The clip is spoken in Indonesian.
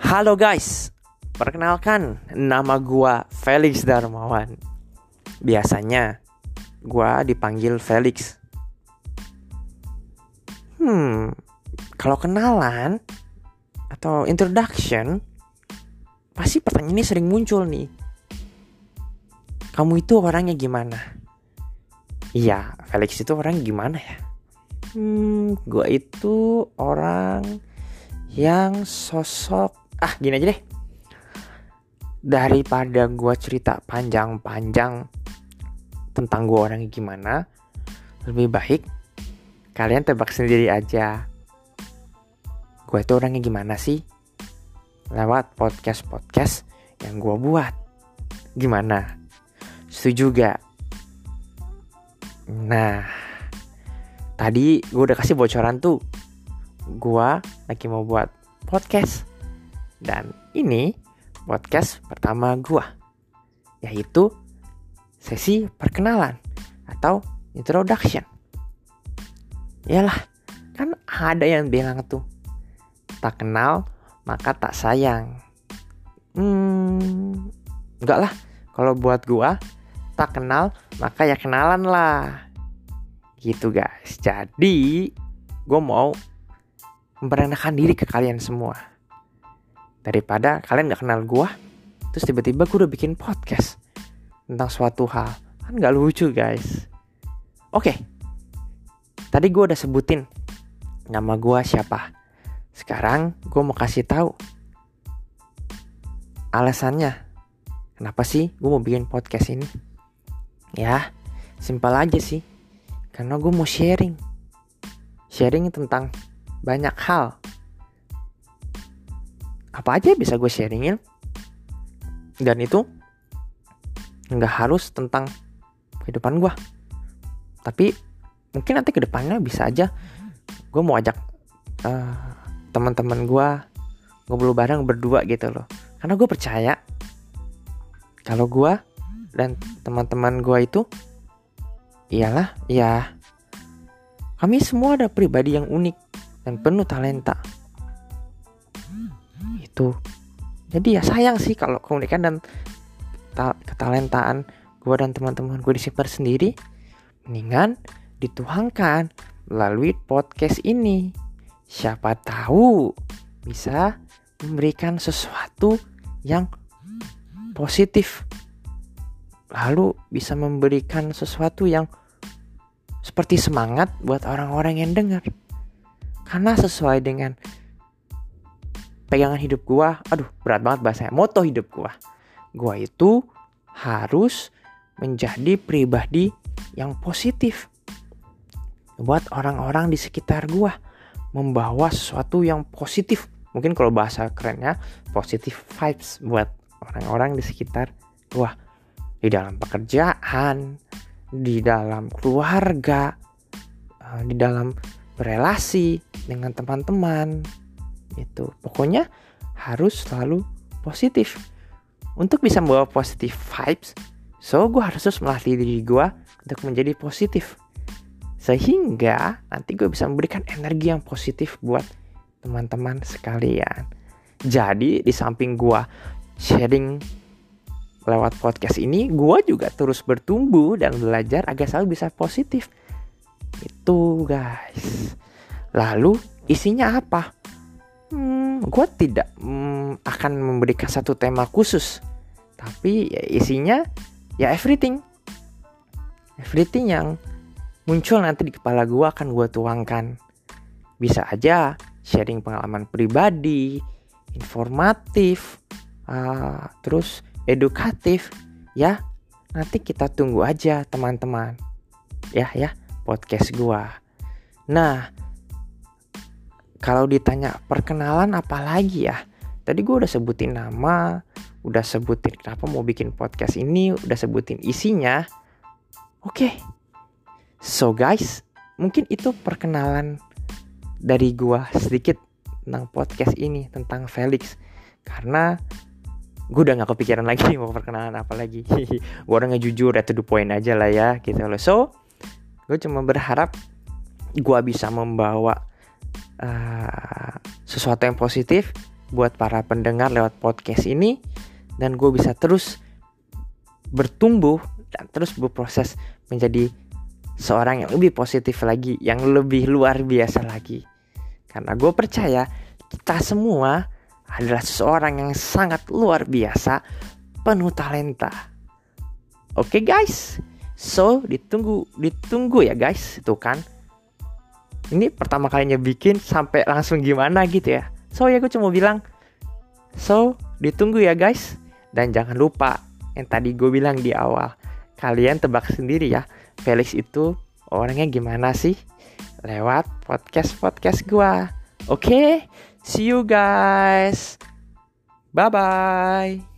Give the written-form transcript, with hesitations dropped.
Halo guys, perkenalkan nama gua Felix Darmawan. Biasanya gua dipanggil Felix. Kalau kenalan atau introduction, pasti pertanyaan ini sering muncul nih. Kamu itu orangnya gimana? Iya, Felix itu orangnya gimana ya? Gua itu orang yang gini aja deh. Daripada gue cerita panjang-panjang tentang gue orangnya gimana, lebih baik kalian tebak sendiri aja. Gue itu orangnya gimana sih? Lewat podcast yang gue buat. Gimana? Setuju gak? Nah, tadi gue udah kasih bocoran tuh. Gue lagi mau buat podcast. Dan ini podcast pertama gue, yaitu sesi perkenalan atau introduction. Yalah, kan ada yang bilang tuh, tak kenal maka tak sayang. Enggak lah, kalau buat gue, tak kenal maka ya kenalan lah. Gitu guys. Jadi gue mau memperkenalkan diri ke kalian semua. Daripada kalian gak kenal gue, terus tiba-tiba gue udah bikin podcast tentang suatu hal. Kan gak lucu guys. Oke, tadi gue udah sebutin nama gue siapa. Sekarang gue mau kasih tahu alasannya kenapa sih gue mau bikin podcast ini. Ya, simpel aja sih. Karena gue mau sharing tentang banyak hal. Apa aja bisa gue sharingin. Dan itu gak harus tentang kehidupan gue. Tapi mungkin nanti ke depannya bisa aja gue mau ajak teman-teman gue ngobrol bareng berdua gitu loh. Karena gue percaya kalau gue dan teman-teman gue itu kami semua ada pribadi yang unik dan penuh talenta. Itu. Jadi ya sayang sih kalau keunikan dan ketalentaan gue dan teman-teman gue disimpan sendiri. Mendingan dituangkan melalui podcast ini. Siapa tahu bisa memberikan sesuatu yang positif. Lalu bisa memberikan sesuatu yang seperti semangat buat orang-orang yang dengar. Karena sesuai dengan pegangan hidup gue, berat banget bahasanya, moto hidup gue itu harus menjadi pribadi yang positif buat orang-orang di sekitar gue, membawa sesuatu yang positif. Mungkin kalau bahasa kerennya positive vibes buat orang-orang di sekitar gue, di dalam pekerjaan, di dalam keluarga, di dalam berelasi dengan teman-teman. Itu pokoknya harus selalu positif. Untuk bisa membawa positive vibes, gue harus melatih diri gue untuk menjadi positif, sehingga nanti gue bisa memberikan energi yang positif buat teman-teman sekalian. Jadi di samping gue sharing lewat podcast ini, gue juga terus bertumbuh dan belajar agar selalu bisa positif. Itu guys. Lalu isinya apa? Gue tidak akan memberikan satu tema khusus, tapi ya isinya ya everything yang muncul nanti di kepala gue akan gue tuangkan. Bisa aja sharing pengalaman pribadi, informatif, terus edukatif. Ya nanti kita tunggu aja teman-teman. Ya podcast gue. Nah, kalau ditanya perkenalan apa lagi ya? Tadi gue udah sebutin nama, udah sebutin kenapa mau bikin podcast ini, udah sebutin isinya. Oke. So guys, mungkin itu perkenalan dari gue sedikit tentang podcast ini, tentang Felix. Karena gue udah gak kepikiran lagi mau perkenalan apa lagi. Gue orangnya jujur, to the point aja lah ya gitu loh. So, gue cuma berharap gue bisa membawa sesuatu yang positif buat para pendengar lewat podcast ini, dan gue bisa terus bertumbuh dan terus berproses menjadi seorang yang lebih positif lagi, yang lebih luar biasa lagi. Karena gue percaya kita semua adalah seseorang yang sangat luar biasa, penuh talenta. Oke guys, so ditunggu ya guys. Tuh kan, ini pertama kalinya bikin sampai langsung gimana gitu ya. So ya gue cuma bilang, so ditunggu ya guys. Dan jangan lupa yang tadi gue bilang di awal, kalian tebak sendiri ya, Felix itu orangnya gimana sih lewat podcast gue. Oke, see you guys. Bye-bye.